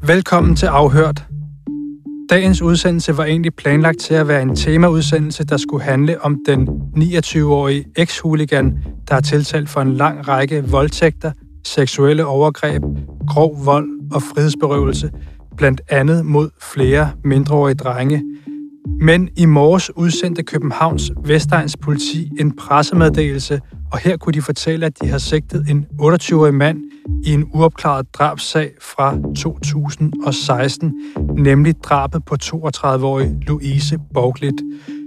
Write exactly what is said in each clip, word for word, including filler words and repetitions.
Velkommen til Afhørt. Dagens udsendelse var egentlig planlagt til at være en temaudsendelse, der skulle handle om den niogtyve-årige eks-hooligan, der er tiltalt for en lang række voldtægter, seksuelle overgreb, grov vold og frihedsberøvelse, blandt andet mod flere mindreårige drenge. Men i morges udsendte Københavns Vestegns politi en pressemeddelelse, og her kunne de fortælle, at de har sigtet en otteogtyve-årig mand i en uopklaret drabssag fra to tusind og seksten, nemlig drabet på toogtredive-årige Louise Borglit.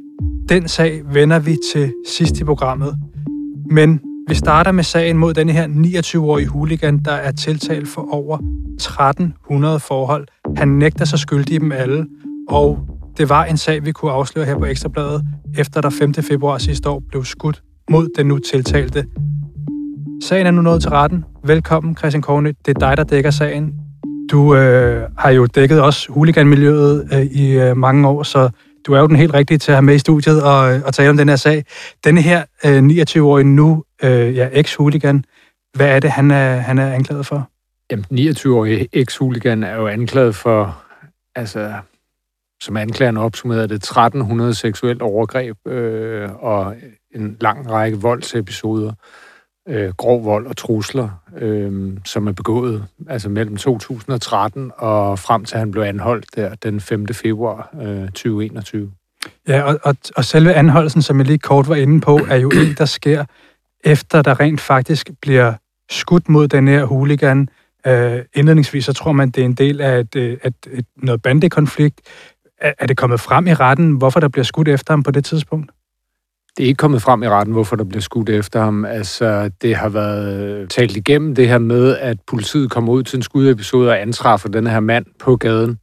Den sag vender vi til sidst i programmet. Men vi starter med sagen mod denne her niogtyve-årige hooligan, der er tiltalt for over tretten hundrede forhold. Han nægter sig skyldig i dem alle, og det var en sag, vi kunne afsløre her på Ekstra Bladet, efter der femte februar sidste år blev skudt mod den nu tiltalte. Sagen er nu nået til retten. Velkommen, Christian Kornø. Det er dig, der dækker sagen. Du øh, har jo dækket også hooliganmiljøet øh, i øh, mange år, så du er jo den helt rigtige til at have med i studiet og, og tale om den her sag. Denne her øh, niogtyve-årige nu, øh, ja, eks-hooligan, hvad er det, han er, han er anklaget for? Jamen, niogtyve-årige eks-hooligan er jo anklaget for, altså, som anklageren opsummerede det, tretten hundrede seksuelt overgreb øh, og en lang række voldsepisoder, øh, grov vold og trusler, øh, som er begået altså mellem to tusind og tretten og frem til han blev anholdt der den femte februar øh, tyve enogtyve. Ja, og, og, og selve anholdelsen, som jeg lige kort var inde på, er jo en, der sker efter der rent faktisk bliver skudt mod den her hooligan. Øh, indledningsvis så tror man, det er en del af et, et, et, et, noget bandekonflikt. Er, er det kommet frem i retten, hvorfor der bliver skudt efter ham på det tidspunkt? Det er ikke kommet frem i retten, hvorfor der bliver skudt efter ham. Altså, det har været talt igennem det her med, at politiet kommer ud til en skudepisode og antræffer den her mand på gaden.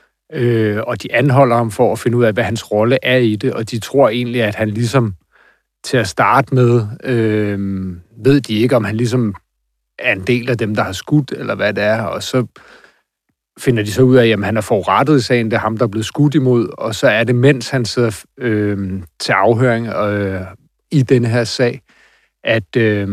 Øh, og de anholder ham for at finde ud af, hvad hans rolle er i det. Og de tror egentlig, at han ligesom til at starte med, øh, ved de ikke, om han ligesom er en del af dem, der har skudt, eller hvad det er. Og så finder de så ud af, at han er forurettet i sagen, det er ham, der er blevet skudt imod, og så er det, mens han sidder øh, til afhøring øh, i denne her sag, at øh,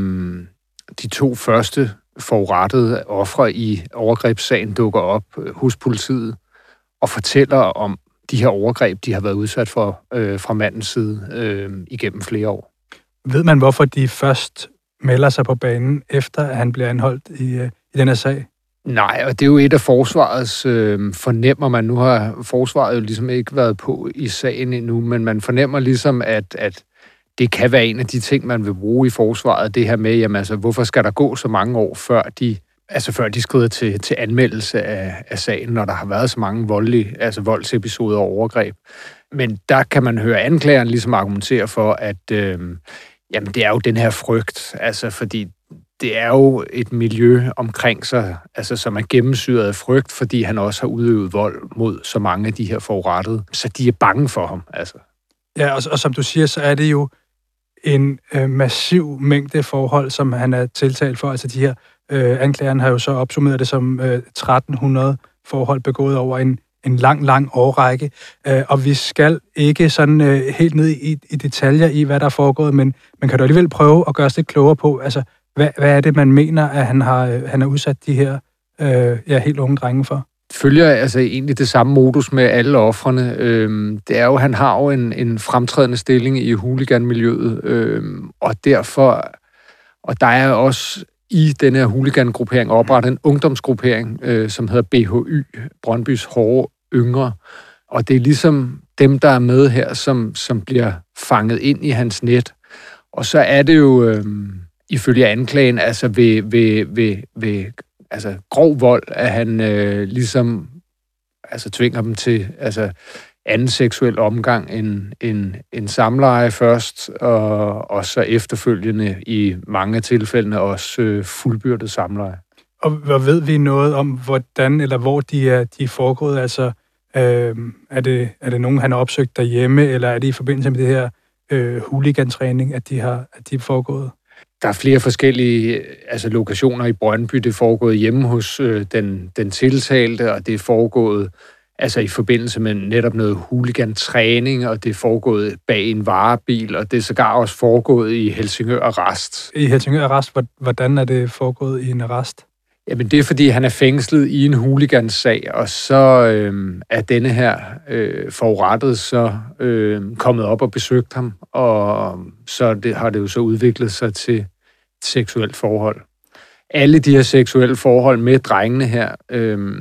de to første forurettede ofre i overgrebssagen dukker op hos politiet og fortæller om de her overgreb, de har været udsat for øh, fra mandens side øh, igennem flere år. Ved man, hvorfor de først melder sig på banen, efter at han bliver anholdt i, øh, i denne sag? Nej, og det er jo et af forsvarets øh, fornemmer man. Nu har forsvaret jo ligesom ikke været på i sagen endnu, men man fornemmer ligesom, at, at det kan være en af de ting, man vil bruge i forsvaret. Det her med, jamen altså, hvorfor skal der gå så mange år, før de, altså før de skrider til, til anmeldelse af, af sagen, når der har været så mange voldelige, altså voldsepisoder og overgreb. Men der kan man høre anklageren ligesom argumentere for, at øh, jamen, det er jo den her frygt, altså fordi det er jo et miljø omkring sig, altså, som er gennemsyret af frygt, fordi han også har udøvet vold mod så mange af de her forurettede. Så de er bange for ham. Altså. Ja, og, og som du siger, så er det jo en øh, massiv mængde forhold, som han er tiltalt for. Altså de her øh, anklageren har jo så opsummeret det som øh, tretten hundrede forhold begået over en, en lang, lang årrække. Øh, og vi skal ikke sådan øh, helt ned i, i detaljer i, hvad der er foregået, men man kan da alligevel prøve at gøre os lidt klogere på, altså Hvad, hvad er det, man mener, at han har, han har udsat de her øh, ja, helt unge drenge for? Følger altså egentlig det samme modus med alle ofrene. Øhm, det er jo, han har jo en, en fremtrædende stilling i hooliganmiljøet, øhm, og derfor, og der er også i denne her hooligan-gruppering oprettet en ungdomsgruppering, øh, som hedder B H Y, Brøndbys Hårde Yngre, og det er ligesom dem, der er med her, som, som bliver fanget ind i hans net. Og så er det jo Øh, ifølge anklagen, altså ved, ved, ved, ved altså grov vold, at han øh, ligesom altså tvinger dem til altså anden seksuel omgang end, end, end samleje først, og, og så efterfølgende i mange tilfælde også øh, fuldbyrdet samleje. Og hvad ved vi noget om, hvordan eller hvor de er, de er foregået? Altså, øh, er, det, er det nogen, han har opsøgt derhjemme, eller er det i forbindelse med det her øh, hooligan-træning, at de har at de er foregået? Der er flere forskellige altså lokationer i Brøndby. Det er foregået hjemme hos øh, den, den tiltalte, og det er foregået altså i forbindelse med netop noget hooligan-træning, og det er foregået bag en varebil, og det er sågar også foregået i Helsingør Arrest. I Helsingør Arrest, hvordan er det foregået i en arrest? Jamen, det er, fordi han er fængslet i en hooligansag, og så øh, er denne her øh, forurettet så øh, kommet op og besøgt ham, og så det, har det jo så udviklet sig til et seksuelt forhold. Alle de her seksuelle forhold med drengene her, øh,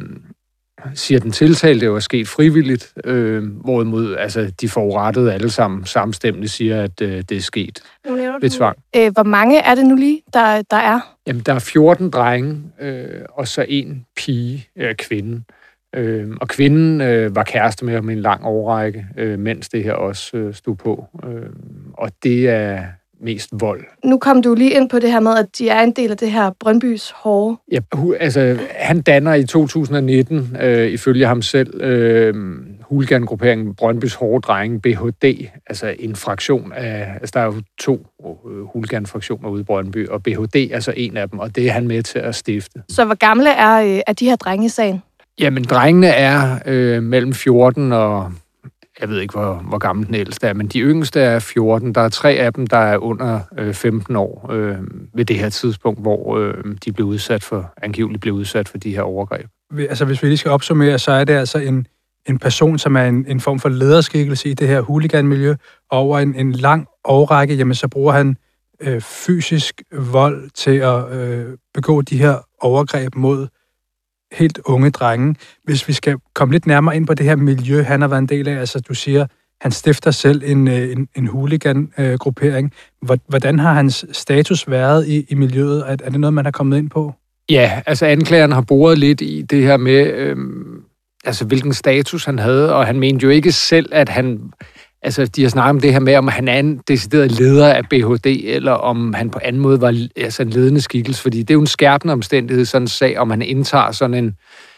siger den tiltalte, det var sket frivilligt, øh, hvorimod altså, de forurettede alle sammen samstemmende siger, at øh, det er sket ved tvang. Øh, hvor mange er det nu lige, der, der er? Jamen, der er fjorten drenge, øh, og så en pige, øh, kvinde. Øh, og kvinden øh, var kæreste med ham i en lang årrække, øh, mens det her også øh, stod på. Øh, og det er mest vold. Nu kom du lige ind på det her med, at de er en del af det her Brøndbys hårde. Ja, altså, han danner i to tusind nitten, øh, ifølge ham selv, øh, hooligan-grupperingen Brøndbys hårde drenge, B H D, altså en fraktion af, altså der er jo to øh, hooligan-fraktioner ude i Brøndby, og B H D er altså en af dem, og det er han med til at stifte. Så hvor gamle er, øh, er de her drenge i sagen? Jamen, drengene er øh, mellem fjorten og... Jeg ved ikke, hvor, hvor gammel den ældste er, men de yngste er fjorten. Der er tre af dem, der er under øh, femten år øh, ved det her tidspunkt, hvor øh, de blev udsat for, angiveligt blev udsat for de her overgreb. Altså, hvis vi lige skal opsummere, så er det altså en, en person, som er en, en form for lederskikkelse i det her hooliganmiljø, og over en, en lang årrække, jamen så bruger han øh, fysisk vold til at øh, begå de her overgreb mod helt unge drenge. Hvis vi skal komme lidt nærmere ind på det her miljø, han har været en del af, altså du siger, han stifter selv en, en, en hooligan-gruppering. Hvordan har hans status været i, i miljøet? Er, er det noget, man har kommet ind på? Ja, altså anklageren har boret lidt i det her med, øhm, altså hvilken status han havde, og han mente jo ikke selv, at han... Altså, de har snakket om det her med, om han er en decideret leder af B H D, eller om han på anden måde var altså en ledende skikkelse, fordi det er jo en skærpende omstændighed, sådan en sag, om han indtager sådan en,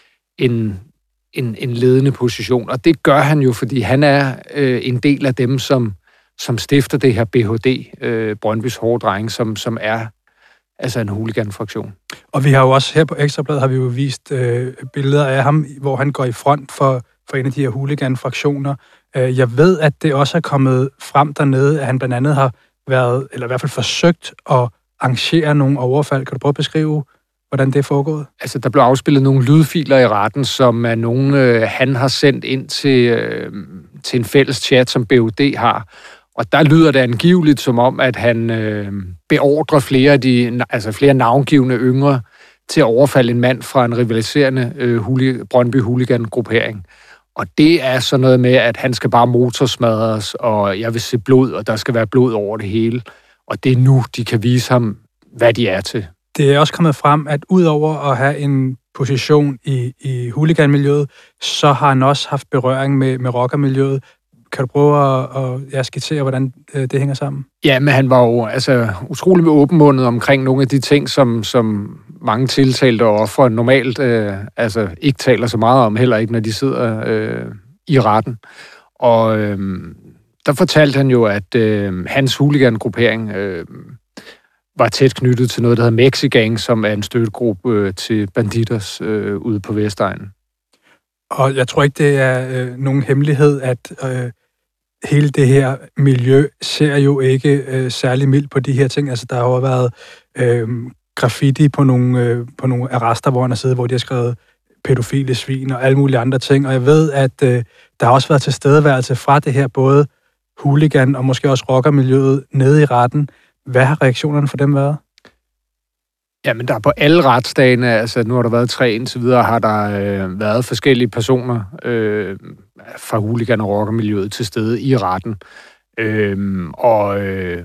en, en, en ledende position. Og det gør han jo, fordi han er øh, en del af dem, som, som stifter det her B H D, øh, Brøndbys hårde drenge, som, som er altså en hooligan-fraktion. Og vi har jo også her på Ekstrabladet har vi jo vist øh, billeder af ham, hvor han går i front for, for en af de her hooligan-fraktioner. Jeg ved, at det også er kommet frem dernede, at han blandt andet har været, eller i hvert fald forsøgt at arrangere nogle overfald. Kan du prøve at beskrive, hvordan det er foregået? Altså, der blev afspillet nogle lydfiler i retten, som er nogle, øh, han har sendt ind til, øh, til en fælles chat, som B H D har. Og der lyder det angiveligt som om, at han øh, beordrer flere af de, altså flere navngivne yngre til at overfalde en mand fra en rivaliserende øh, huli, Brøndby Hooligan-gruppering. Og det er sådan noget med, at han skal bare motorsmadres, og jeg vil se blod, og der skal være blod over det hele. Og det er nu, de kan vise ham, hvad de er til. Det er også kommet frem, at udover at have en position i, i hooliganmiljøet, så har han også haft berøring med, med rockermiljøet. Kan du prøve at, at ja, skitsere, hvordan det hænger sammen? Ja, men han var jo altså, utrolig åbenmundet omkring nogle af de ting, som, som mange tiltalte og ofre normalt øh, altså, ikke taler så meget om, heller ikke når de sidder øh, i retten. Og øh, der fortalte han jo, at øh, hans hooligan-gruppering øh, var tæt knyttet til noget, der hedder Mexigang, som er en støttegruppe øh, til banditers øh, ude på Vestegnen. Og jeg tror ikke, det er øh, nogen hemmelighed, at øh, hele det her miljø ser jo ikke øh, særlig mildt på de her ting. Altså, der har jo været øh, graffiti på nogle, øh, på nogle arrester, hvor han har siddet, hvor de har skrevet pædofile svin og alle mulige andre ting. Og jeg ved, at øh, der har også været tilstedeværelse fra det her, både hooligan og måske også rockermiljøet nede i retten. Hvad har reaktionerne for dem været? Jamen, der er på alle retsdagene, altså nu har der været tre indtil videre, har der øh, været forskellige personer øh, fra hooligan- og rockermiljøet til stede i retten. Øh, og øh,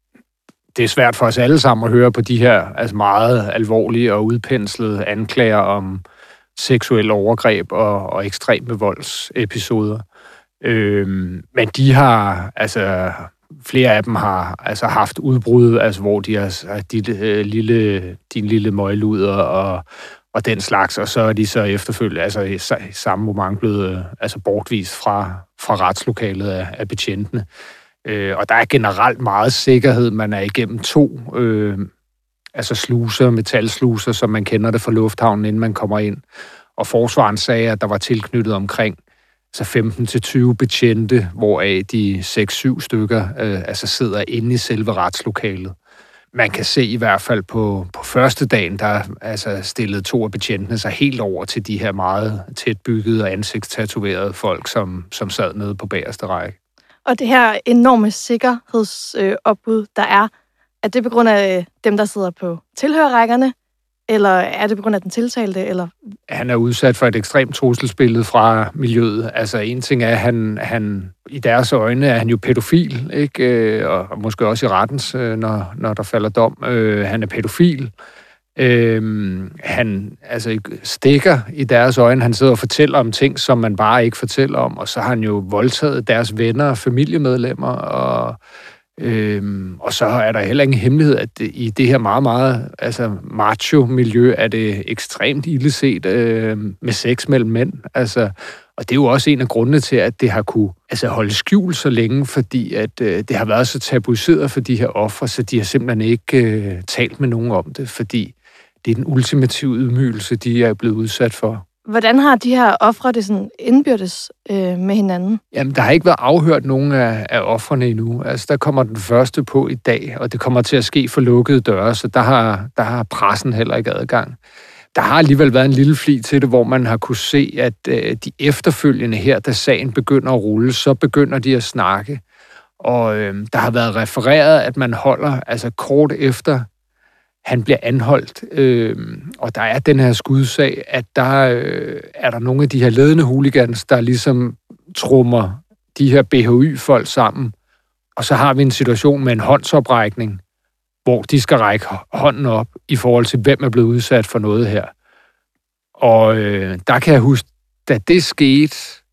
det er svært for os alle sammen at høre på de her altså meget alvorlige og udpenslede anklager om seksuelle overgreb og, og ekstreme voldsepisoder. Øh, men de har, altså... Flere af dem har altså haft udbrud, altså hvor de har dit, øh, lille, din lille møgluder og, og den slags, og så er de så efterfølgende, altså i, i samme moment blevet øh, altså bortvist fra, fra retslokalet af, af betjentene. Øh, og der er generelt meget sikkerhed. Man er igennem to øh, altså sluser, metalsluser, som man kender det fra lufthavnen, inden man kommer ind. Og forsvaren sagde, at der var tilknyttet omkring så femten til tyve betjente, hvoraf de seks syv stykker øh, altså sidder inde i selve retslokalet. man kan se i hvert fald på, på første dagen, der altså stillede to af betjentene sig helt over til de her meget tæt byggede og ansigtstatoverede folk, som, som sad nede på bagerste række. Og det her enorme sikkerhedsopbud, der er, er det på grund af dem, der sidder på tilhørerrækkerne, eller er det på grund af den tiltalte? Eller? Han er udsat for et ekstremt trusselsbillede fra miljøet. Altså en ting er, at han, han i deres øjne er han jo pædofil, ikke? Og måske også i rettens, når, når der falder dom. Han er pædofil. Han altså, stikker i deres øjne. Han sidder og fortæller om ting, som man bare ikke fortæller om. Og så har han jo voldtaget deres venner og familiemedlemmer, og Øhm, og så er der heller ingen hemmelighed, at det, i det her meget, meget altså macho-miljø er det ekstremt illeset øh, med sex mellem mænd. Altså, og det er jo også en af grundene til, at det har kunne altså, holde skjul så længe, fordi at, øh, det har været så tabuiseret for de her ofre, så de har simpelthen ikke øh, talt med nogen om det, fordi det er den ultimative ydmygelse, de er blevet udsat for. Hvordan har de her ofre det sådan indbyrdes øh, med hinanden? Jamen, der har ikke været afhørt nogen af, af ofrene endnu. Altså, der kommer den første på i dag, og det kommer til at ske for lukkede døre, så der har, der har pressen heller ikke adgang. Der har alligevel været en lille fli til det, hvor man har kunne se, at øh, de efterfølgende her, da sagen begynder at rulle, så begynder de at snakke. Og øh, der har været refereret, at man holder, altså kort efter han bliver anholdt, øh, og der er den her skudsag, at der øh, er der nogle af de her ledende hooligans, der ligesom trummer de her B H Y-folk sammen, og så har vi en situation med en håndsoprækning, hvor de skal række hånden op i forhold til, hvem er blevet udsat for noget her. Og øh, der kan jeg huske, da det skete,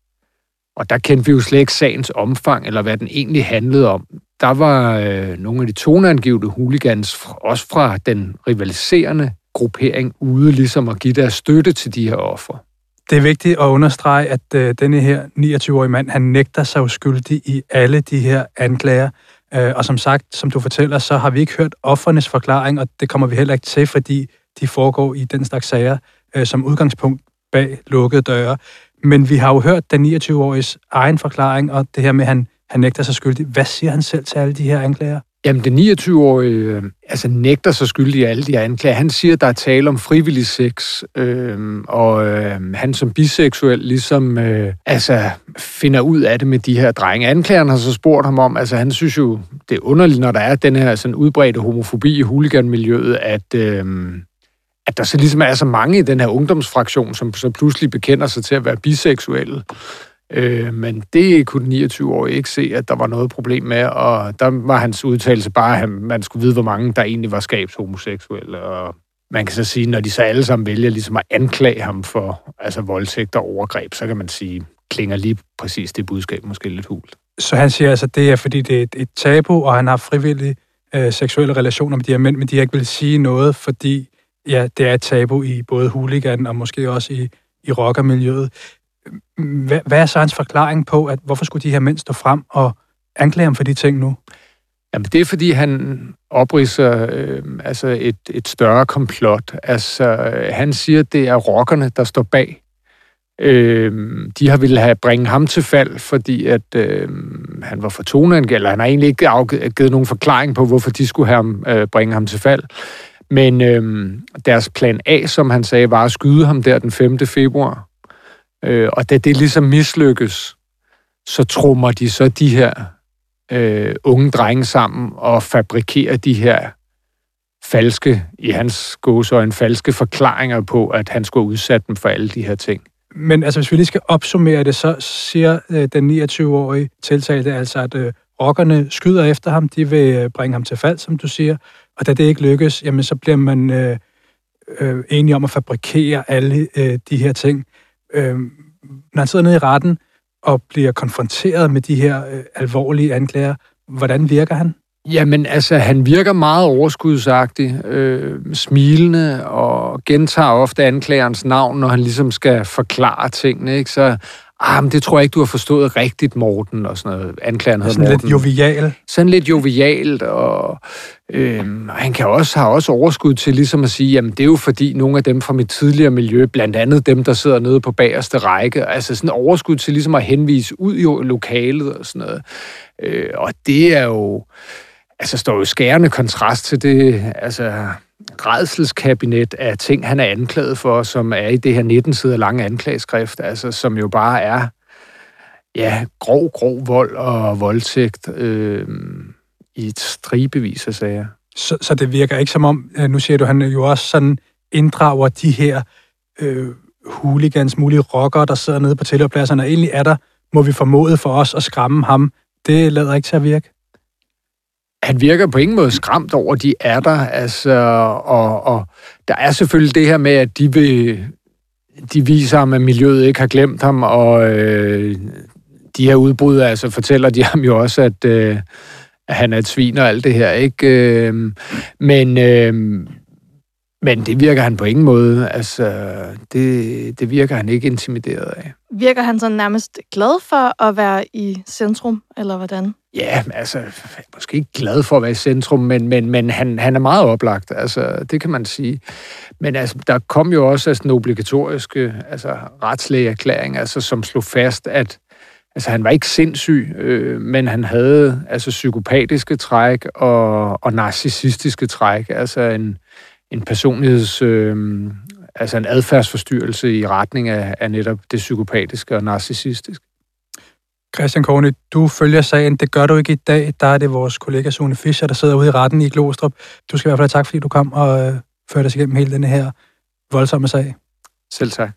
og der kendte vi jo slet ikke sagens omfang, eller hvad den egentlig handlede om. Der var øh, nogle af de toneangivende hooligans, også fra den rivaliserende gruppering, ude ligesom at give deres støtte til de her ofre. Det er vigtigt at understrege, at øh, denne her niogtyve-årige mand, han nægter sig uskyldig i alle de her anklager. Øh, og som sagt, som du fortæller, så har vi ikke hørt ofrenes forklaring, og det kommer vi heller ikke til, fordi de foregår i den slags sager øh, som udgangspunkt bag lukkede døre. Men vi har jo hørt den niogtyve-åriges egen forklaring, og det her med, at han, han nægter sig skyldig. Hvad siger han selv til alle de her anklager? Jamen, den niogtyve-årige øh, altså, nægter sig skyldig i alle de her anklager. Han siger, at der er tale om frivillig sex, øh, og øh, han som biseksuel ligesom øh, altså, finder ud af det med de her drenge. Anklageren har så spurgt ham om, altså han synes jo, det er underligt, når der er den her sådan, udbredte homofobi i hooliganmiljøet, at... Øh, at der så ligesom er så mange i den her ungdomsfraktion, som så pludselig bekender sig til at være biseksuelle. Øh, men det kunne den niogtyve-årige ikke se, at der var noget problem med, og der var hans udtalelse bare, at man skulle vide, hvor mange der egentlig var skabshomoseksuelle. Og man kan så sige, når de så alle sammen vælger ligesom at anklage ham for altså voldtægt og overgreb, så kan man sige, klinger lige præcis det budskab måske lidt hult. Så han siger altså, det er fordi det er et, et tabu, og han har frivillige øh, seksuelle relationer med de her mænd, men de ikke vil sige noget, fordi ja, det er et tabu i både hooligan og måske også i, i rockermiljøet. Hvad, hvad er så hans forklaring på, at hvorfor skulle de her mænd stå frem og anklage ham for de ting nu? Jamen, det er, fordi han opridser øh, altså et, et større komplot. Altså, han siger, at det er rockerne, der står bag. Øh, de har ville have bringe ham til fald, fordi at øh, han var for toneangivende, eller han har egentlig ikke givet nogen forklaring på, hvorfor de skulle have ham, øh, bringe ham til fald. Men øhm, deres plan A, som han sagde, var at skyde ham der den femte februar. Øh, og da det ligesom mislykkes, så trummer de så de her øh, unge drenge sammen og fabrikerer de her falske, i hans gåseøjne, falske forklaringer på, at han skulle udsætte dem for alle de her ting. Men altså, hvis vi lige skal opsummere det, så siger øh, den niogtyve-årige tiltalte altså, at øh, rockerne skyder efter ham, de vil øh, bringe ham til fald, som du siger. Og da det ikke lykkes, jamen, så bliver man øh, øh, enige om at fabrikere alle øh, de her ting. Øh, når han sidder nede i retten og bliver konfronteret med de her øh, alvorlige anklager, hvordan virker han? Jamen, altså, han virker meget overskudsagtig, øh, smilende og gentager ofte anklagerens navn, når han ligesom skal forklare tingene, ikke? Så ah, men det tror jeg ikke, du har forstået rigtigt, Morten, og sådan noget. Anklageren hedder Morten. Sådan lidt jovial. Sådan lidt jovialt, og øh, han kan også have også overskud til ligesom at sige, jamen det er jo fordi nogle af dem fra mit tidligere miljø, blandt andet dem, der sidder nede på bagerste række, altså sådan overskud til ligesom at henvise ud i lokalet og sådan noget. Øh, og det er jo... altså, står jo skærende kontrast til det altså, rædselskabinet af ting, han er anklaget for, som er i det her nitten sider lange anklageskrift, altså, som jo bare er ja, grov, grov vold og voldtægt øh, i et stribevis af sager. Så, så det virker ikke som om, nu siger du, han jo også sådan inddrager de her øh, hooligans, mulige rockere, der sidder nede på tilhørpladserne, og egentlig er der, må vi formode for os at skræmme ham. Det lader ikke til at virke. Han virker på ingen måde skræmt over, de er der, altså, og, og der er selvfølgelig det her med, at de vil, de viser ham, at miljøet ikke har glemt ham, og øh, de her udbrud, altså fortæller de ham jo også, at, øh, at han er et svin og alt det her, ikke? Øh, men, øh, men det virker han på ingen måde, altså, det, det virker han ikke intimideret af. Virker han så nærmest glad for at være i centrum, eller hvordan? Ja, altså, måske ikke glad for at være i centrum, men, men, men han, han er meget oplagt, altså, det kan man sige. Men altså, der kom jo også altså, en obligatorisk altså, retslægeerklæring, altså, som slog fast, at altså, han var ikke sindssyg, øh, men han havde altså, psykopatiske træk og, og narcissistiske træk, altså en, en personligheds... Øh, altså en adfærdsforstyrrelse i retning af, af netop det psykopatiske og narcissistiske. Christian Corny, du følger sagen. Det gør du ikke i dag. Der er det vores kollega Sune Fischer, der sidder ude i retten i Glostrup. Du skal i hvert fald have tak, fordi du kom og øh, førte os igennem hele denne her voldsomme sag. Selv tak.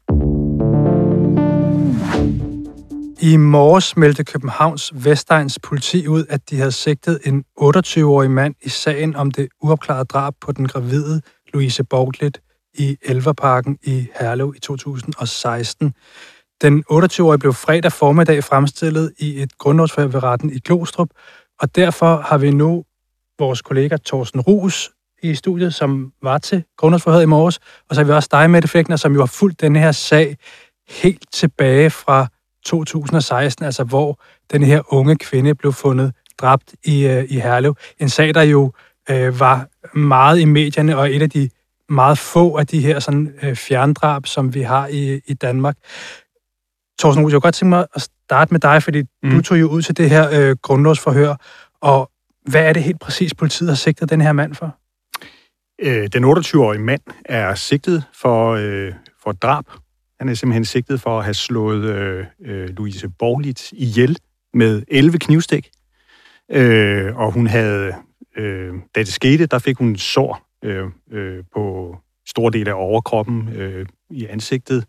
I morges meldte Københavns Vestegns politi ud, at de havde sigtet en otteogtyve-årig mand i sagen om det uopklarede drab på den gravide Louise Borglit i Elverparken i Herlev i to tusind og seksten. Den otteogtyve-årige blev fredag formiddag fremstillet i et grundlovsforhør ved retten i Glostrup, og derfor har vi nu vores kollega Thorsten Ruus i studiet, som var til grundlovsforhøret i morges, og så har vi også dig, Mette Fleckner, som jo har fulgt denne her sag helt tilbage fra to tusind og seksten, altså hvor den her unge kvinde blev fundet dræbt i, øh, i Herlev. En sag, der jo øh, var meget i medierne, og et af de meget få af de her sådan, øh, fjerndrab, som vi har i, i Danmark. Thorsten Ruus, jeg kunne godt tænke mig at starte med dig, fordi mm. du tog jo ud til det her øh, grundlovsforhør, og hvad er det helt præcis, politiet har sigtet den her mand for? Øh, den otteogtyve-årige mand er sigtet for, øh, for drab. Han er simpelthen sigtet for at have slået øh, øh, Louise Borglit ihjel med elleve knivstik. Øh, og hun havde, øh, da det skete, der fik hun sår øh, øh, på store dele af overkroppen øh, i ansigtet.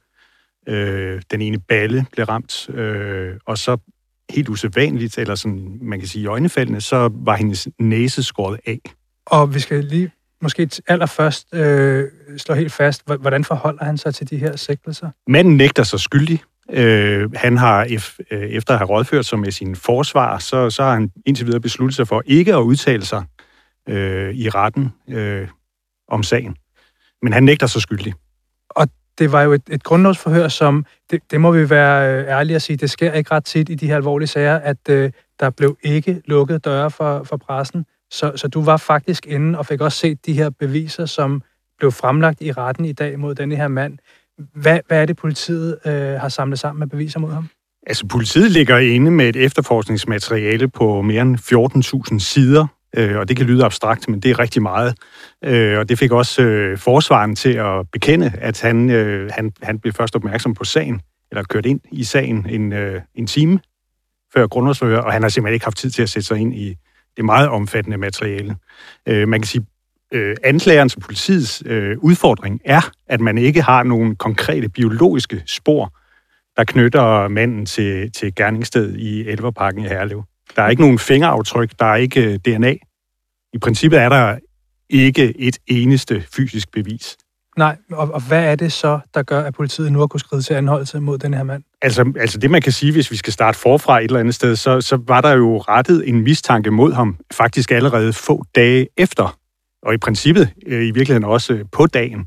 Øh, den ene balle blev ramt, øh, og så helt usædvanligt, eller sådan, man kan sige øjnefaldende, så var hendes næse skåret af. Og vi skal lige måske allerførst øh, slå helt fast, hvordan forholder han sig til de her sigtelser? Manden nægter sig skyldig. Øh, han har efter at have rådført sig med sin forsvar, så, så har han indtil videre besluttet sig for ikke at udtale sig øh, i retten øh, om sagen. Men han nægter sig skyldig. Og det var jo et, et grundlovsforhør, som, det, det må vi være ærlige at sige, det sker ikke ret tit i de her alvorlige sager, at øh, der blev ikke lukket døre for, for pressen. Så, så du var faktisk inde og fik også set de her beviser, som blev fremlagt i retten i dag mod denne her mand. Hvad, hvad er det, politiet øh, har samlet sammen med beviser mod ham? Altså, politiet ligger inde med et efterforskningsmateriale på mere end fjorten tusind sider, øh, og det kan lyde abstrakt, men det er rigtig meget. Øh, og det fik også øh, forsvaren til at bekende, at han, øh, han, han blev først opmærksom på sagen, eller kørt ind i sagen en, øh, en time før grundlovsforhør, og han har simpelthen ikke haft tid til at sætte sig ind i det meget omfattende materiale. Øh, man kan sige, øh, anklagerens og politiets øh, udfordring er, at man ikke har nogen konkrete biologiske spor, der knytter manden til, til gerningsstedet i Elverparken i Herlev. Der er ikke nogen fingeraftryk, der er ikke D N A. I princippet er der ikke et eneste fysisk bevis. Nej, og, og hvad er det så, der gør, at politiet nu har kunnet skride til anholdelse mod den her mand? Altså, altså det, man kan sige, hvis vi skal starte forfra et eller andet sted, så, så var der jo rettet en mistanke mod ham, faktisk allerede få dage efter, og i princippet øh, i virkeligheden også på dagen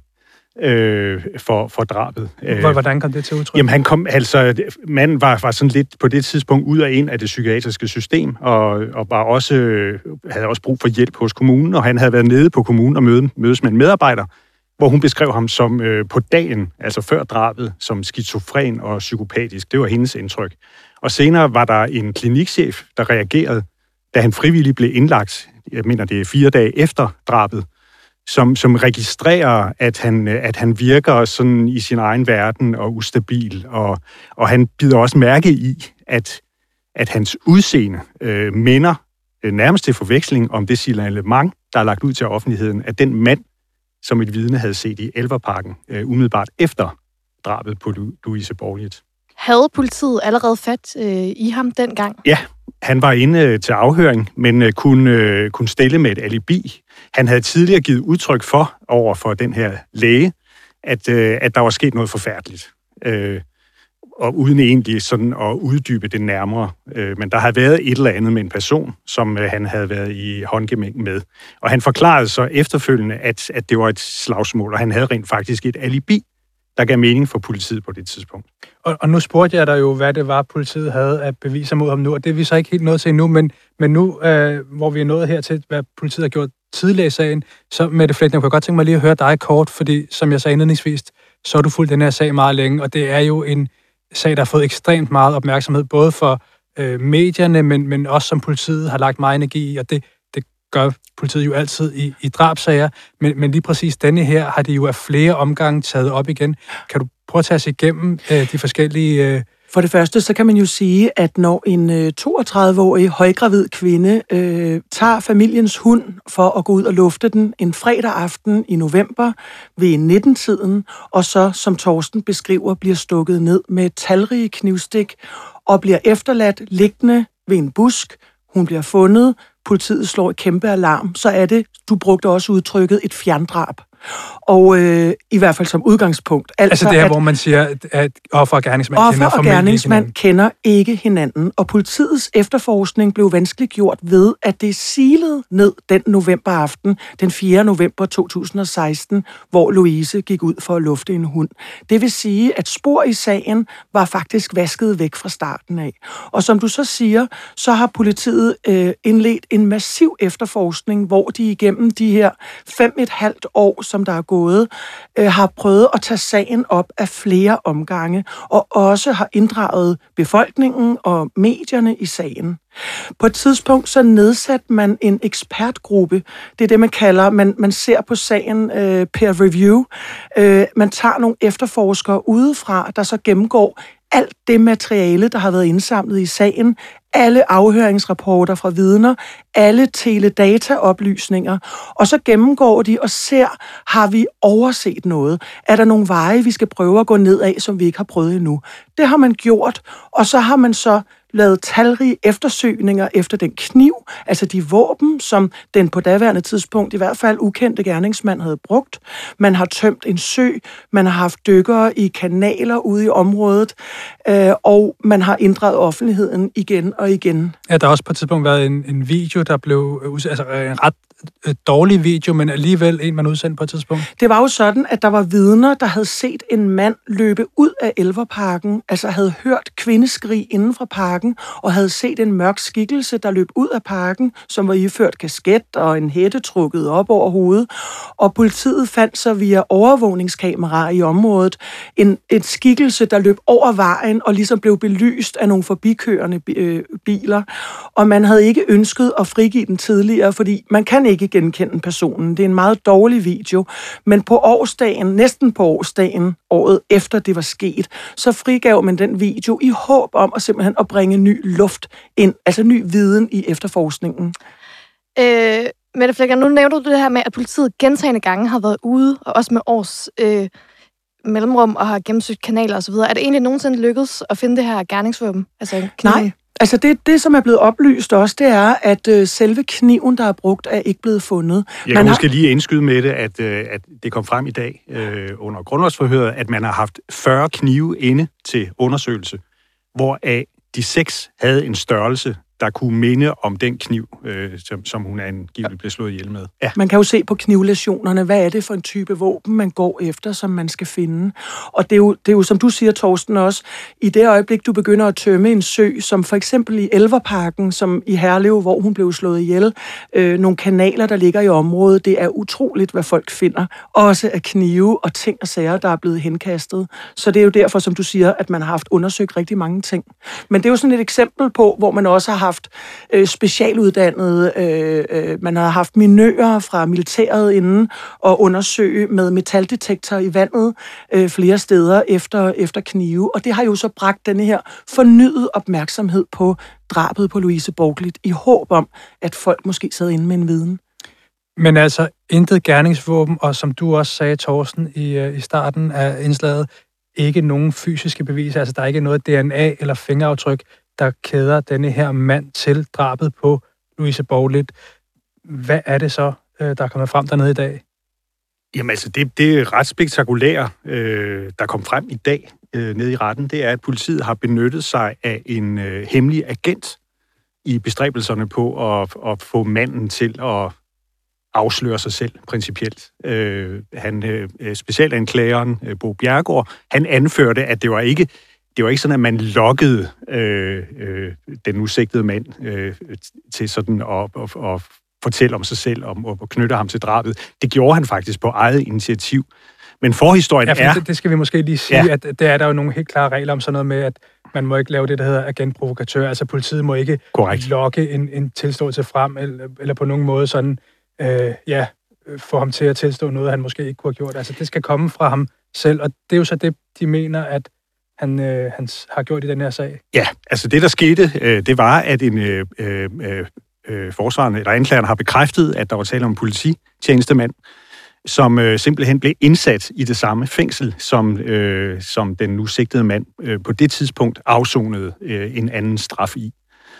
øh, for, for drabet. Hvordan kom det til udtryk? Jamen, han kom, altså, manden var, var sådan lidt på det tidspunkt ud og ind af det psykiatriske system, og, og var også, havde også brug for hjælp hos kommunen, og han havde været nede på kommunen og møde, mødes med en medarbejder, hvor hun beskrev ham som øh, på dagen, altså før drabet, som skizofren og psykopatisk. Det var hendes indtryk. Og senere var der en klinikchef, der reagerede, da han frivilligt blev indlagt jeg mener, det er fire dage efter drabet, som, som registrerer, at han, at han virker sådan i sin egen verden og ustabil, og, og han bider også mærke i, at, at hans udseende øh, minder øh, nærmest til forveksling om det signalement, der er lagt ud til offentligheden, at den mand, som et vidne havde set i Elverparken, øh, umiddelbart efter drabet på Louise Borglit. Havde politiet allerede fat øh, i ham dengang? Ja, han var inde til afhøring, men øh, kunne, øh, kunne stille med et alibi. Han havde tidligere givet udtryk for, over for den her læge, at, øh, at der var sket noget forfærdeligt. Øh, og uden egentlig sådan at uddybe det nærmere. Øh, men der havde været et eller andet med en person, som øh, han havde været i håndgemæng med. Og han forklarede så efterfølgende, at, at det var et slagsmål, og han havde rent faktisk et alibi, der gav mening for politiet på det tidspunkt. Og, og nu spurgte jeg dig jo, hvad det var, politiet havde at bevise mod ham nu, og det er vi så ikke helt nået til endnu, men, men nu, øh, hvor vi er nået her til, hvad politiet har gjort tidligere i sagen, så Mette Flegtner, jeg kunne godt tænke mig lige at høre dig kort, fordi som jeg sagde indledningsvis, så har du fulgt den her sag meget længe, og det er jo en sag, der har fået ekstremt meget opmærksomhed, både for øh, medierne, men, men også som politiet har lagt meget energi i, og det, det gør politiet jo altid i, i drabsager, men, men lige præcis denne her har de jo af flere omgange taget op igen. Kan du prøve at tage os igennem øh, de forskellige... Øh... For det første, så kan man jo sige, at når en øh, toogtredive-årig højgravid kvinde øh, tager familiens hund for at gå ud og lufte den en fredag aften i november ved nitten-tiden, og så, som Torsten beskriver, bliver stukket ned med talrige knivstik og bliver efterladt liggende ved en busk. Hun bliver fundet, politiet slår et kæmpe alarm, så er det, du brugte også udtrykket, et fjerndrab. Og øh, i hvert fald som udgangspunkt. Altså, altså det her, at, hvor man siger, at offer og gerningsmand offer kender og gerningsmand ikke kender ikke hinanden. Og politiets efterforskning blev vanskeliggjort ved, at det silede ned den novemberaften, den fjerde november to tusind og seksten, hvor Louise gik ud for at lufte en hund. Det vil sige, at spor i sagen var faktisk vasket væk fra starten af. Og som du så siger, så har politiet øh, indledt en massiv efterforskning, hvor de igennem de her fem et halvt år, som der er gået, øh, har prøvet at tage sagen op af flere omgange, og også har inddraget befolkningen og medierne i sagen. På et tidspunkt så nedsatte man en ekspertgruppe. Det er det, man kalder, man, man ser på sagen øh, peer review. Øh, man tager nogle efterforskere udefra, der så gennemgår alt det materiale, der har været indsamlet i sagen, alle afhøringsrapporter fra vidner, alle teledataoplysninger, og så gennemgår de og ser, har vi overset noget? Er der nogle veje, vi skal prøve at gå ned af, som vi ikke har prøvet endnu? Det har man gjort, og så har man så lavet talrige eftersøgninger efter den kniv, altså de våben, som den på daværende tidspunkt i hvert fald ukendte gerningsmand havde brugt. Man har tømt en sø, man har haft dykkere i kanaler ude i området, øh, og man har inddraget offentligheden igen og igen. Ja, der har også på et tidspunkt været en, en video, der blev, altså en ret øh, dårlig video, men alligevel en, man udsendte på et tidspunkt. Det var jo sådan, at der var vidner, der havde set en mand løbe ud af Elverparken, altså havde hørt kvindeskrig inden fra parken, og havde set en mørk skikkelse, der løb ud af parken, som var iført kasket og en hætte trukket op over hovedet. Og politiet fandt så via overvågningskameraer i området en, en skikkelse, der løb over vejen og ligesom blev belyst af nogle forbikørende øh, biler. Og man havde ikke ønsket at frigive den tidligere, fordi man kan ikke genkende personen. Det er en meget dårlig video. Men på årsdagen, næsten på årsdagen, året efter det var sket, så frigav man den video i håb om at simpelthen at bringe ny luft ind, altså ny viden i efterforskningen. Øh, Mette Flegtner, nu nævner du det her med, at politiet gentagne gange har været ude, og også med års øh, mellemrum, og har gennemsøgt kanaler osv. Er det egentlig nogensinde lykkedes at finde det her gerningsvåben? Altså Nej. Altså det, det, som er blevet oplyst også, det er, at øh, selve kniven, der er brugt, er ikke blevet fundet. Jeg kan måske har... lige indskyde med det, at, øh, at det kom frem i dag øh, under grundlovsforhøret, at man har haft fyrre knive inde til undersøgelse, hvoraf de seks havde en størrelse, der kunne minde om den kniv, øh, som, som hun angiveligt blev slået ihjel med. Ja. Man kan jo se på knivlæsionerne, hvad er det for en type våben, man går efter, som man skal finde. Og det er jo, det er jo som du siger, Torsten, også, i det øjeblik, du begynder at tømme en sø, som for eksempel i Elverparken, som i Herlev, hvor hun blev slået ihjel, øh, nogle kanaler, der ligger i området, det er utroligt, hvad folk finder. Også af knive og ting og sager, der er blevet henkastet. Så det er jo derfor, som du siger, at man har haft undersøgt rigtig mange ting. Men det er jo sådan et eksempel på, hvor man også har haft haft øh, specialuddannede, øh, øh, man havde haft minører fra militæret inden og undersøge med metaldetektor i vandet øh, flere steder efter, efter knive. Og det har jo så bragt denne her fornyet opmærksomhed på drabet på Louise Borglit i håb om, at folk måske sad inde med en viden. Men altså, intet gerningsvåben, og som du også sagde, Thorsten, i, i starten af indslaget, ikke nogen fysiske beviser. Altså, der er ikke noget D N A eller fingeraftryk, der kæder denne her mand til drabet på Louise Borglit. Hvad er det så, der er kommet frem dernede i dag? Jamen altså, det, det er ret spektakulære, øh, der kom frem i dag øh, nede i retten, det er, at politiet har benyttet sig af en øh, hemmelig agent i bestræbelserne på at, at få manden til at afsløre sig selv principielt. Øh, han, øh, specialanklageren øh, Bo Bjerregaard, han anførte, at det var ikke det var ikke sådan, at man lokkede øh, øh, den usigtede mand øh, til sådan at, at, at fortælle om sig selv om, og knytte ham til drabet. Det gjorde han faktisk på eget initiativ. Men forhistorien ja, for er... Det, det skal vi måske lige sige, ja. at der er der jo nogle helt klare regler om sådan noget med, at man må ikke lave det, der hedder agentprovokatør. Altså politiet må ikke Korrekt. lokke en, en tilståelse frem, eller, eller på nogen måde sådan, øh, ja, få ham til at tilstå noget, han måske ikke kunne have gjort. Altså det skal komme fra ham selv, og det er jo så det, de mener, at han, øh, han har gjort i den her sag. Ja, altså det, der skete, øh, det var, at en øh, øh, øh, forsvarende, eller anklageren har bekræftet, at der var tale om en polititjenestemand, som øh, simpelthen blev indsat i det samme fængsel, som, øh, som den nu sigtede mand øh, på det tidspunkt afsonede øh, en anden straf i.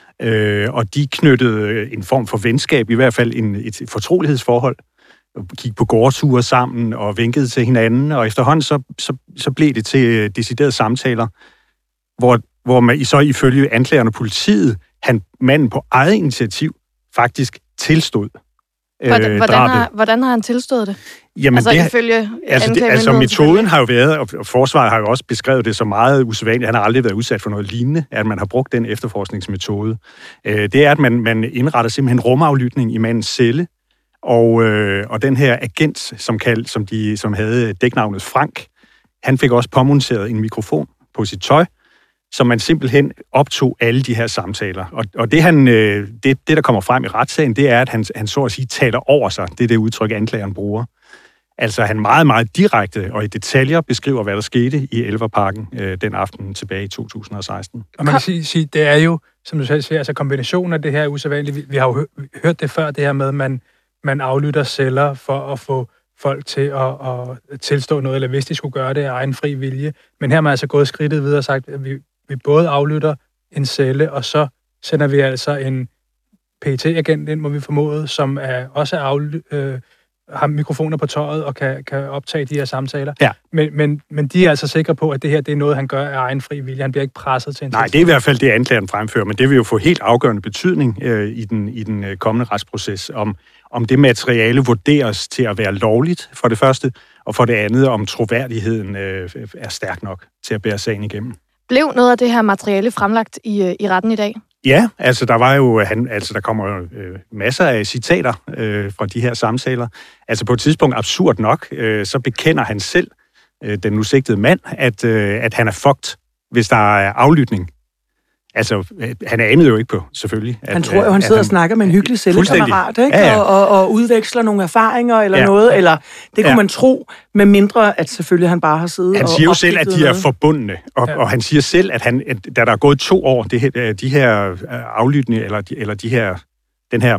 Øh, og de knyttede en form for venskab, i hvert fald en, et fortrolighedsforhold, gik på gårdture sammen og vinkede til hinanden, og efterhånden så, så, så blev det til deciderede samtaler, hvor, hvor man så ifølge anklagerne og politiet, han, manden på eget initiativ faktisk tilstod Hvordan, øh, hvordan, har, hvordan har han tilstået det? Jamen altså det, ifølge altså, det, altså metoden har jo været, og forsvaret har jo også beskrevet det så meget usædvanligt, han har aldrig været udsat for noget lignende, at man har brugt den efterforskningsmetode. Øh, det er, at man, man indretter simpelthen rumaflytning i mandens celle, og, øh, og den her agent, som, kald, som, de, som havde dæknavnet Frank, han fik også påmonteret en mikrofon på sit tøj, så man simpelthen optog alle de her samtaler. Og, og det, han, det, det, der kommer frem i retssagen, det er, at han, han så at sige taler over sig. Det er det udtryk, anklageren bruger. Altså, han meget, meget direkte og i detaljer beskriver, hvad der skete i Elverparken øh, den aften tilbage i to tusind og seksten. Og man kan sige, sige, det er jo, som du selv siger, altså kombinationen af det her er usædvanligt. Vi, vi har jo hø- hørt det før, det her med, at man, man aflytter celler for at få folk til at, at tilstå noget, eller hvis de skulle gøre det af egen fri vilje. Men her har man altså gået skridtet videre og sagt, at vi Vi både aflytter en celle, og så sender vi altså en P E T-agent ind, må vi formode, som er, også er afly- øh, har mikrofoner på tøjet og kan, kan optage de her samtaler. Ja. Men, men, men de er altså sikre på, at det her det er noget, han gør af egen fri vilje. Han bliver ikke presset til en Nej, det er i hvert fald det, anklageren fremfører, men det vil jo få helt afgørende betydning øh, i den, i den øh, kommende retsproces, om, om det materiale vurderes til at være lovligt, for det første, og for det andet, om troværdigheden øh, er stærk nok til at bære sagen igennem. Blev noget af det her materiale fremlagt i, i retten i dag? Ja, altså der var jo, han, altså der kommer øh, masser af citater øh, fra de her samtaler. Altså på et tidspunkt, absurd nok, øh, så bekender han selv, øh, den nu sigtede mand, at, øh, at han er fucked, hvis der er aflytning. Altså, øh, han anede jo ikke på, selvfølgelig. At, han tror jo, han sidder han, og snakker med en hyggelig cellekammerat, ikke? Ja, ja. Og, og, og udveksler nogle erfaringer eller ja. noget, eller det kunne ja. man tro, med mindre at selvfølgelig han bare har siddet han og... Han siger jo selv, at de er forbundne, og, ja. og han siger selv, at, han, at da der er gået to år, det her, de her aflytninger, eller, de, eller de her, den her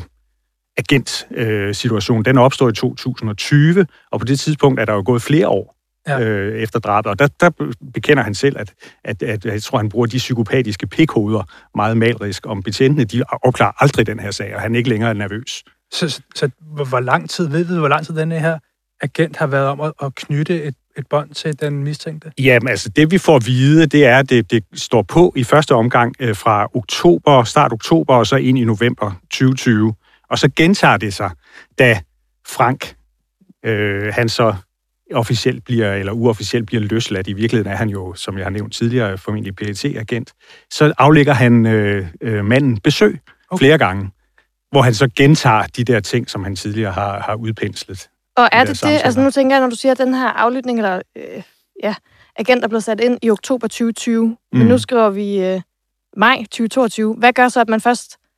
agent-situation, øh, den opstod i to tusind og tyve, og på det tidspunkt er der jo gået flere år. Ja. Øh, efter drabet. Og der, der bekender han selv, at, at, at jeg tror, han bruger de psykopatiske pikhoveder meget malerisk om betjentene. De opklarer aldrig den her sag, og han er ikke længere nervøs. Så, så, så hvor lang tid, ved vi, hvor lang tid den her agent har været om at, at knytte et, et bånd til den mistænkte? Jamen, altså det vi får at vide, det er, at det, det står på i første omgang øh, fra oktober, start oktober, og så ind i november tyve tyve. Og så gentager det sig, da Frank, øh, han så officielt bliver, eller uofficielt bliver løsladt. I virkeligheden er han jo, som jeg har nævnt tidligere, formentlig P E T-agent. Så aflægger han øh, øh, manden besøg okay. flere gange, hvor han så gentager de der ting, som han tidligere har, har udpenslet. Og er det det, altså nu tænker jeg, når du siger, at den her aflytning, eller øh, ja, agent er blevet sat ind i oktober tyve tyve, mm. men nu skriver vi øh, maj tyve toogtyve. Hvad gør så, at man først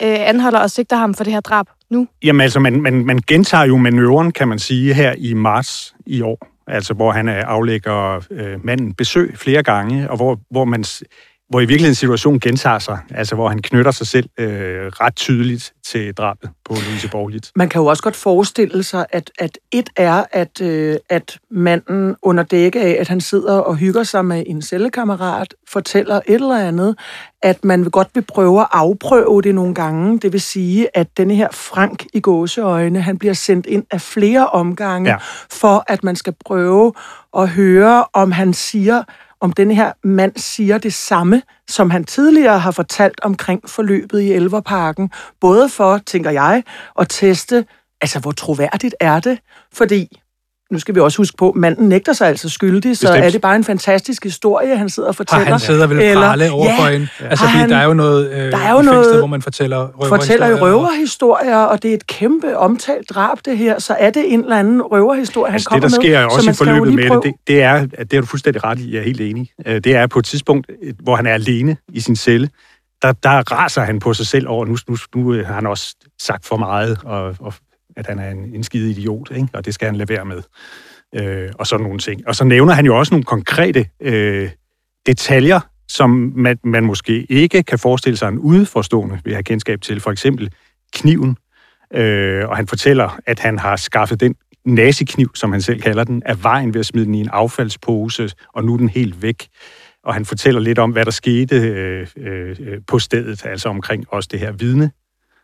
øh, anholder og sigter ham for det her drab nu? Jamen altså, man, man, man gentager jo manøvren, kan man sige, her i marts i år. Altså, hvor han aflægger øh, manden besøg flere gange, og hvor, hvor man... hvor i virkeligheden situationen gentager sig, altså hvor han knytter sig selv øh, ret tydeligt til drabet på Louise Borglit. Man kan jo også godt forestille sig, at, at et er, at, øh, at manden under dække af, at han sidder og hygger sig med en cellekammerat, fortæller et eller andet, at man godt vil prøve at afprøve det nogle gange. Det vil sige, at denne her Frank i gåseøjne, han bliver sendt ind af flere omgange, ja. For at man skal prøve at høre, om han siger... om denne her mand siger det samme, som han tidligere har fortalt omkring forløbet i Elverparken. Både for, tænker jeg, at teste, altså hvor troværdigt er det? Fordi, nu skal vi også huske på, manden nægter sig altså skyldig, så Bestemt. Er det bare en fantastisk historie, han sidder og fortæller. Har han sidder vel eller, prale over ja, for en? Altså, han, der er jo noget, øh, der er jo noget hvor man fortæller røverhistorier. Fortæller i røverhistorier, og det er et kæmpe omtalt drab, det her. Så er det en eller anden røverhistorie, altså, han kommer med. Det, der sker med, også i forløbet med det, det, det er, at det er du fuldstændig ret i, jeg er helt enig. Det er på et tidspunkt, hvor han er alene i sin celle, der, der raser han på sig selv over, nu, nu, nu har han også sagt for meget, og, og at han er en, en skide idiot, ikke? Og det skal han lade være med. Øh, og sådan nogle ting. Og så nævner han jo også nogle konkrete øh, detaljer, som man, man måske ikke kan forestille sig en udeforstående vil have kendskab til. For eksempel kniven. Øh, og han fortæller, at han har skaffet den nazikniv, som han selv kalder den, af vejen ved at smide den i en affaldspose, og nu er den helt væk. Og han fortæller lidt om, hvad der skete øh, øh, på stedet, altså omkring også det her vidne.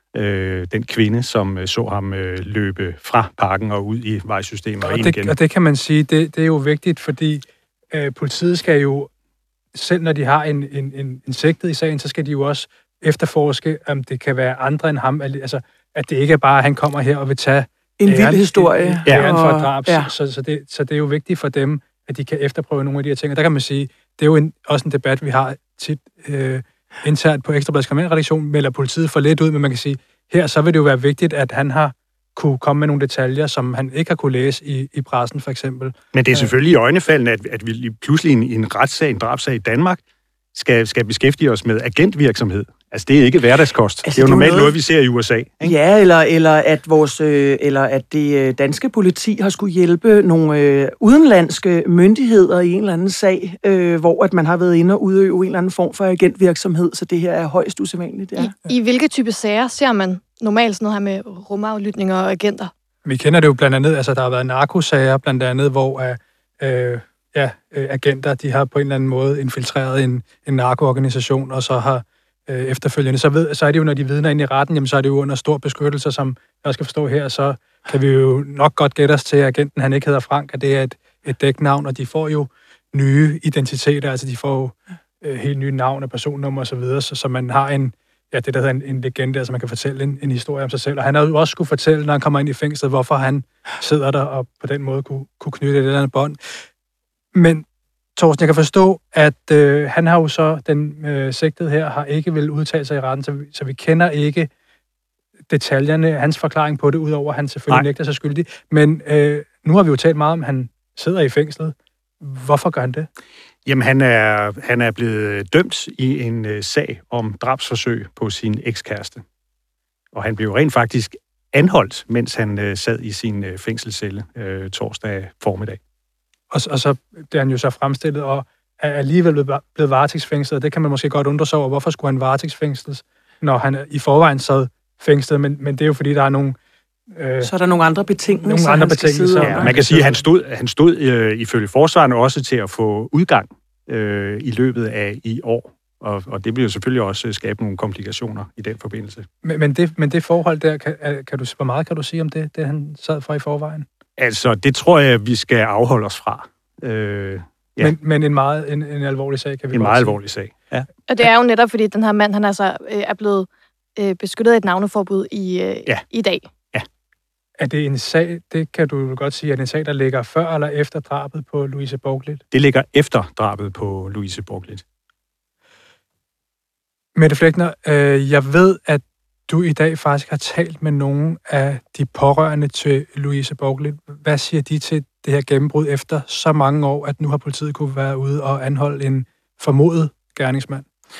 Øh, den kvinde, som øh, så ham øh, løbe fra parken og ud i vejsystemet og, og ind det, igen. Og det kan man sige, det, det er jo vigtigt, fordi øh, politiet skal jo, selv når de har en, en, en, en sigtet i sagen, så skal de jo også efterforske, om det kan være andre end ham. Altså, at det ikke er bare, at han kommer her og vil tage en vild historie. Ja, æren for et drab. Ja. Så, så, det, så det er jo vigtigt for dem, at de kan efterprøve nogle af de her ting. Og der kan man sige, det er jo en, også en debat, vi har tit øh, internt på Ekstra Bladets kriminalredaktion, melder politiet for lidt ud, men man kan sige, her så vil det jo være vigtigt, at han har kunne komme med nogle detaljer, som han ikke har kunne læse i, i pressen, for eksempel. Men det er selvfølgelig i øjnefaldende, at, at vi pludselig i en, en retssag, en drabsag i Danmark, skal, skal beskæftige os med agentvirksomhed. Altså, det er ikke hverdagskost. Altså, det er jo normalt noget, noget, vi ser i U S A. Ikke? Ja, eller, eller, at vores, øh, eller at det danske politi har skulle hjælpe nogle øh, udenlandske myndigheder i en eller anden sag, øh, hvor at man har været inde og udøve en eller anden form for agentvirksomhed, så det her er højst usædvanligt. Ja. I, I hvilke type sager ser man normalt sådan noget her med rumaflytninger og agenter? Vi kender det jo blandt andet, altså der har været narkosager blandt andet, hvor øh, ja, agenter, de har på en eller anden måde infiltreret en, en narkoorganisation, og så har øh, efterfølgende, så, ved, så er det jo, når de vidner ind i retten, jamen, så er det jo under stor beskyttelse, som jeg skal forstå her, så kan vi jo nok godt gætte os til, at agenten, han ikke hedder Frank, at det er et, et dæknavn, og de får jo nye identiteter, altså de får jo øh, helt nye navn og personnummer og så videre, så, så man har en, ja, det der hedder en, en legende, altså man kan fortælle en, en historie om sig selv, og han har jo også skulle fortælle, når han kommer ind i fængslet, hvorfor han sidder der, og på den måde kunne, kunne knytte et eller andet bånd. Men Torsten, jeg kan forstå, at øh, han har jo så, den øh, sigtede her, har ikke vil udtale sig i retten, så vi, så vi kender ikke detaljerne, hans forklaring på det, udover at han selvfølgelig nægter sig skyldig. Men øh, nu har vi jo talt meget om, at han sidder i fængslet. Hvorfor gør han det? Jamen, han er, han er blevet dømt i en øh, sag om drabsforsøg på sin ekskæreste. Og han blev rent faktisk anholdt, mens han øh, sad i sin øh, fængselscelle øh, torsdag formiddag. Og, og så er han jo så fremstillet, og er alligevel blevet varetægtsfængslet. Det kan man måske godt undre sig over. Hvorfor skulle han varetægtsfængsles, når han i forvejen sad fængslet? Men, men det er jo, fordi der er nogle... Øh, så er der nogle andre betingelser. Nogle andre betingelser. Ja, man kan sige, at han stod, han stod øh, ifølge forsvarerne også til at få udgang øh, i løbet af i år. Og, og det vil jo selvfølgelig også skabe nogle komplikationer i den forbindelse. Men, men, det, men det forhold der, kan, kan du, hvor meget kan du sige om det, det han sad for i forvejen? Altså, det tror jeg, vi skal afholde os fra. Øh, ja. men, men en meget en, en alvorlig sag, kan vi En meget sige. alvorlig sag, ja. Og det er jo netop, fordi den her mand, han altså øh, er blevet øh, beskyttet af et navneforbud i, øh, ja. i dag. Ja. Er det en sag, det kan du godt sige, er det en sag, der ligger før eller efter drabet på Louise Borglit? Det ligger efter drabet på Louise Borglit. Mette Fleckner, øh, jeg ved, at du i dag faktisk har talt med nogle af de pårørende til Louise Borglit. Hvad siger de til det her gennembrud efter så mange år, at nu har politiet kunne være ude og anholde en formodet gerningsmand?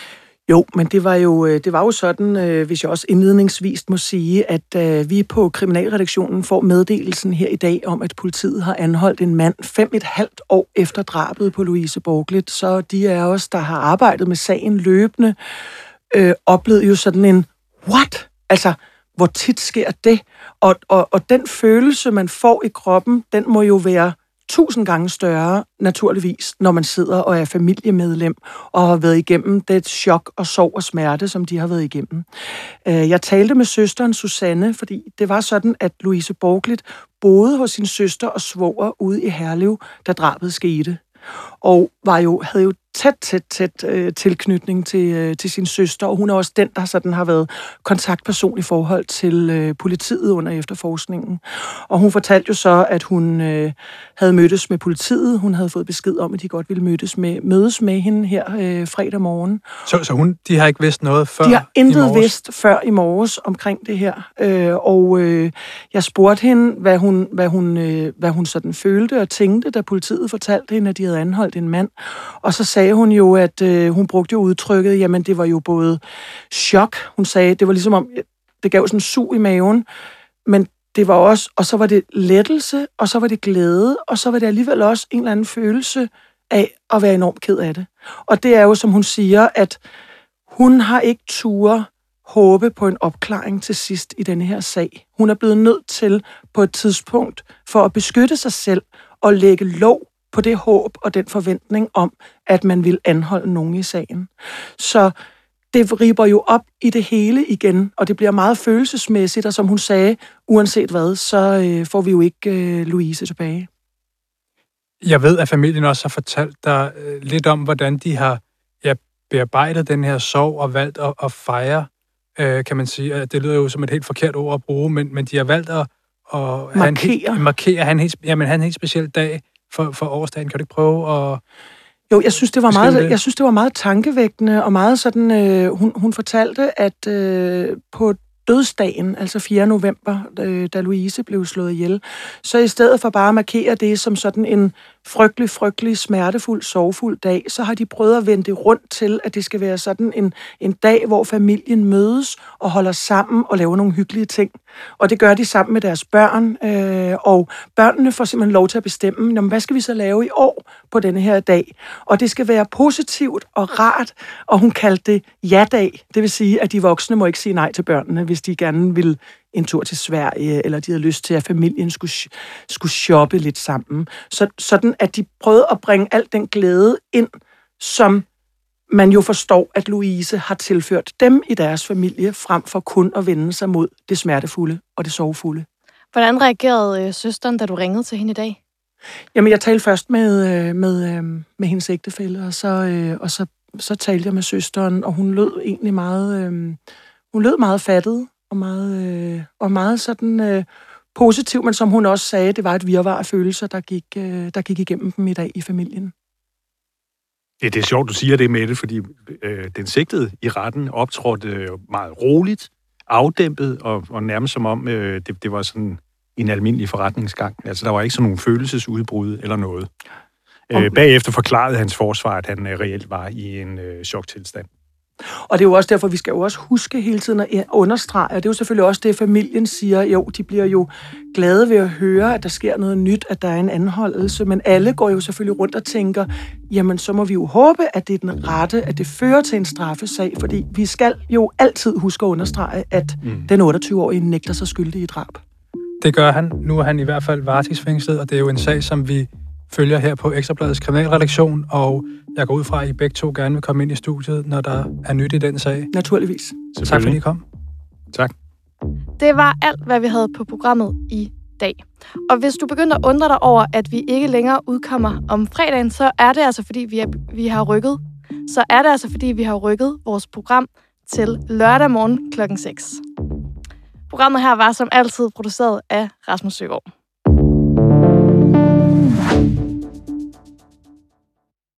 Jo, men det var jo, det var jo sådan, øh, hvis jeg også indledningsvis må sige, at øh, vi på Kriminalredaktionen får meddelelsen her i dag om, at politiet har anholdt en mand fem et halvt år efter drabet på Louise Borglit. Så de af os, der har arbejdet med sagen løbende, øh, oplevede jo sådan en, what? Altså, hvor tit sker det? Og, og, og den følelse, man får i kroppen, den må jo være tusind gange større, naturligvis, når man sidder og er familiemedlem og har været igennem det chok og sorg og smerte, som de har været igennem. Jeg talte med søsteren Susanne, fordi det var sådan, at Louise Borglit boede hos sin søster og svoger ude i Herlev, da drabet skete. Og var jo, havde jo tæt, tæt, tæt øh, tilknytning til, øh, til sin søster, og hun er også den, der sådan har været kontaktperson i forhold til øh, politiet under efterforskningen. Og hun fortalte jo så, at hun øh, havde mødtes med politiet. Hun havde fået besked om, at de godt ville mødes med, mødes med hende her øh, fredag morgen. Så, så hun, de har ikke vidst noget før De har intet i vidst før i morges omkring det her. Øh, og øh, jeg spurgte hende, hvad hun, hvad, hun, øh, hvad hun sådan følte og tænkte, da politiet fortalte hende, at de havde anholdt en mand. Og så sagde hun jo, at øh, hun brugte jo udtrykket, jamen det var jo både chok. Hun sagde, det var ligesom om, det gav sådan en sug i maven, men det var også, og så var det lettelse, og så var det glæde, og så var det alligevel også en eller anden følelse af at være enormt ked af det. Og det er jo, som hun siger, at hun har ikke turde håbe på en opklaring til sidst i denne her sag. Hun er blevet nødt til på et tidspunkt for at beskytte sig selv og lægge låg på det håb og den forventning om, at man vil anholde nogen i sagen. Så det ribber jo op i det hele igen, og det bliver meget følelsesmæssigt, og som hun sagde, uanset hvad, så øh, får vi jo ikke øh, Louise tilbage. Jeg ved, at familien også har fortalt dig øh, lidt om, hvordan de har ja, bearbejdet den her sorg og valgt at, at fejre, øh, kan man sige. Det lyder jo som et helt forkert ord at bruge, men, men de har valgt at, at markere, have en helt, markere han helt, jamen, han en helt speciel dag for, for årsdagen. Kan du ikke prøve at... Jo, jeg synes, det var meget, det? jeg synes, det var meget tankevækkende, og meget sådan, øh, hun, hun fortalte, at øh, på dødsdagen, altså fjerde november, øh, da Louise blev slået ihjel, så i stedet for bare at markere det som sådan en frygtelig, frygtelig, smertefuld, sorgfuld dag, så har de prøvet at vende det rundt til, at det skal være sådan en, en dag, hvor familien mødes og holder sammen og laver nogle hyggelige ting. Og det gør de sammen med deres børn, øh, og børnene får simpelthen lov til at bestemme, jamen, hvad skal vi så lave i år på denne her dag? Og det skal være positivt og rart, og hun kaldte det ja-dag. Det vil sige, at de voksne må ikke sige nej til børnene, hvis de gerne vil en tur til Sverige, eller de havde lyst til, at familien skulle, skulle shoppe lidt sammen. Så, sådan, at de prøvede at bringe al den glæde ind, som man jo forstår, at Louise har tilført dem i deres familie, frem for kun at vende sig mod det smertefulde og det sorgfulde. Hvordan reagerede øh, søsteren, da du ringede til hende i dag? Jamen, jeg talte først med, med, med hendes ægtefælle, og, så, og så, så talte jeg med søsteren, og hun lød egentlig meget, øh, hun lød meget fattet, og meget, øh, og meget sådan øh, positiv, men som hun også sagde, det var et virvar af følelser, der gik, øh, der gik igennem dem i dag i familien. Det, det er sjovt, du siger det med det, fordi øh, den sigtede i retten optrådte øh, meget roligt, afdæmpet, og, og nærmest som om øh, det, det var sådan en almindelig forretningsgang. Altså, der var ikke sådan nogen følelsesudbrud eller noget. Øh, bagefter forklarede hans forsvar, at han øh, reelt var i en øh, choktilstand. Og det er jo også derfor, vi skal jo også huske hele tiden at understrege, og det er jo selvfølgelig også det, familien siger, jo, de bliver jo glade ved at høre, at der sker noget nyt, at der er en anholdelse, men alle går jo selvfølgelig rundt og tænker, jamen så må vi jo håbe, at det er den rette, at det fører til en straffesag, fordi vi skal jo altid huske at understrege, at mm. den otteogtyve-årige nægter sig skyldig i drab. Det gør han. Nu er han i hvert fald varetægtsfængslet, og det er jo en sag, som vi følger her på Ekstra Bladets kriminalredaktion, og jeg går ud fra, at I begge to gerne vil komme ind i studiet, når der er nyt i den sag. Naturligvis. Tak fordi I kom. Tak. Det var alt, hvad vi havde på programmet i dag. Og hvis du begynder at undre dig over, at vi ikke længere udkommer om fredagen, så er det altså, fordi vi, er, vi har rykket. Så er det altså, fordi vi har rykket vores program til lørdag morgen klokken seks. Programmet her var som altid produceret af Rasmus Søgaard.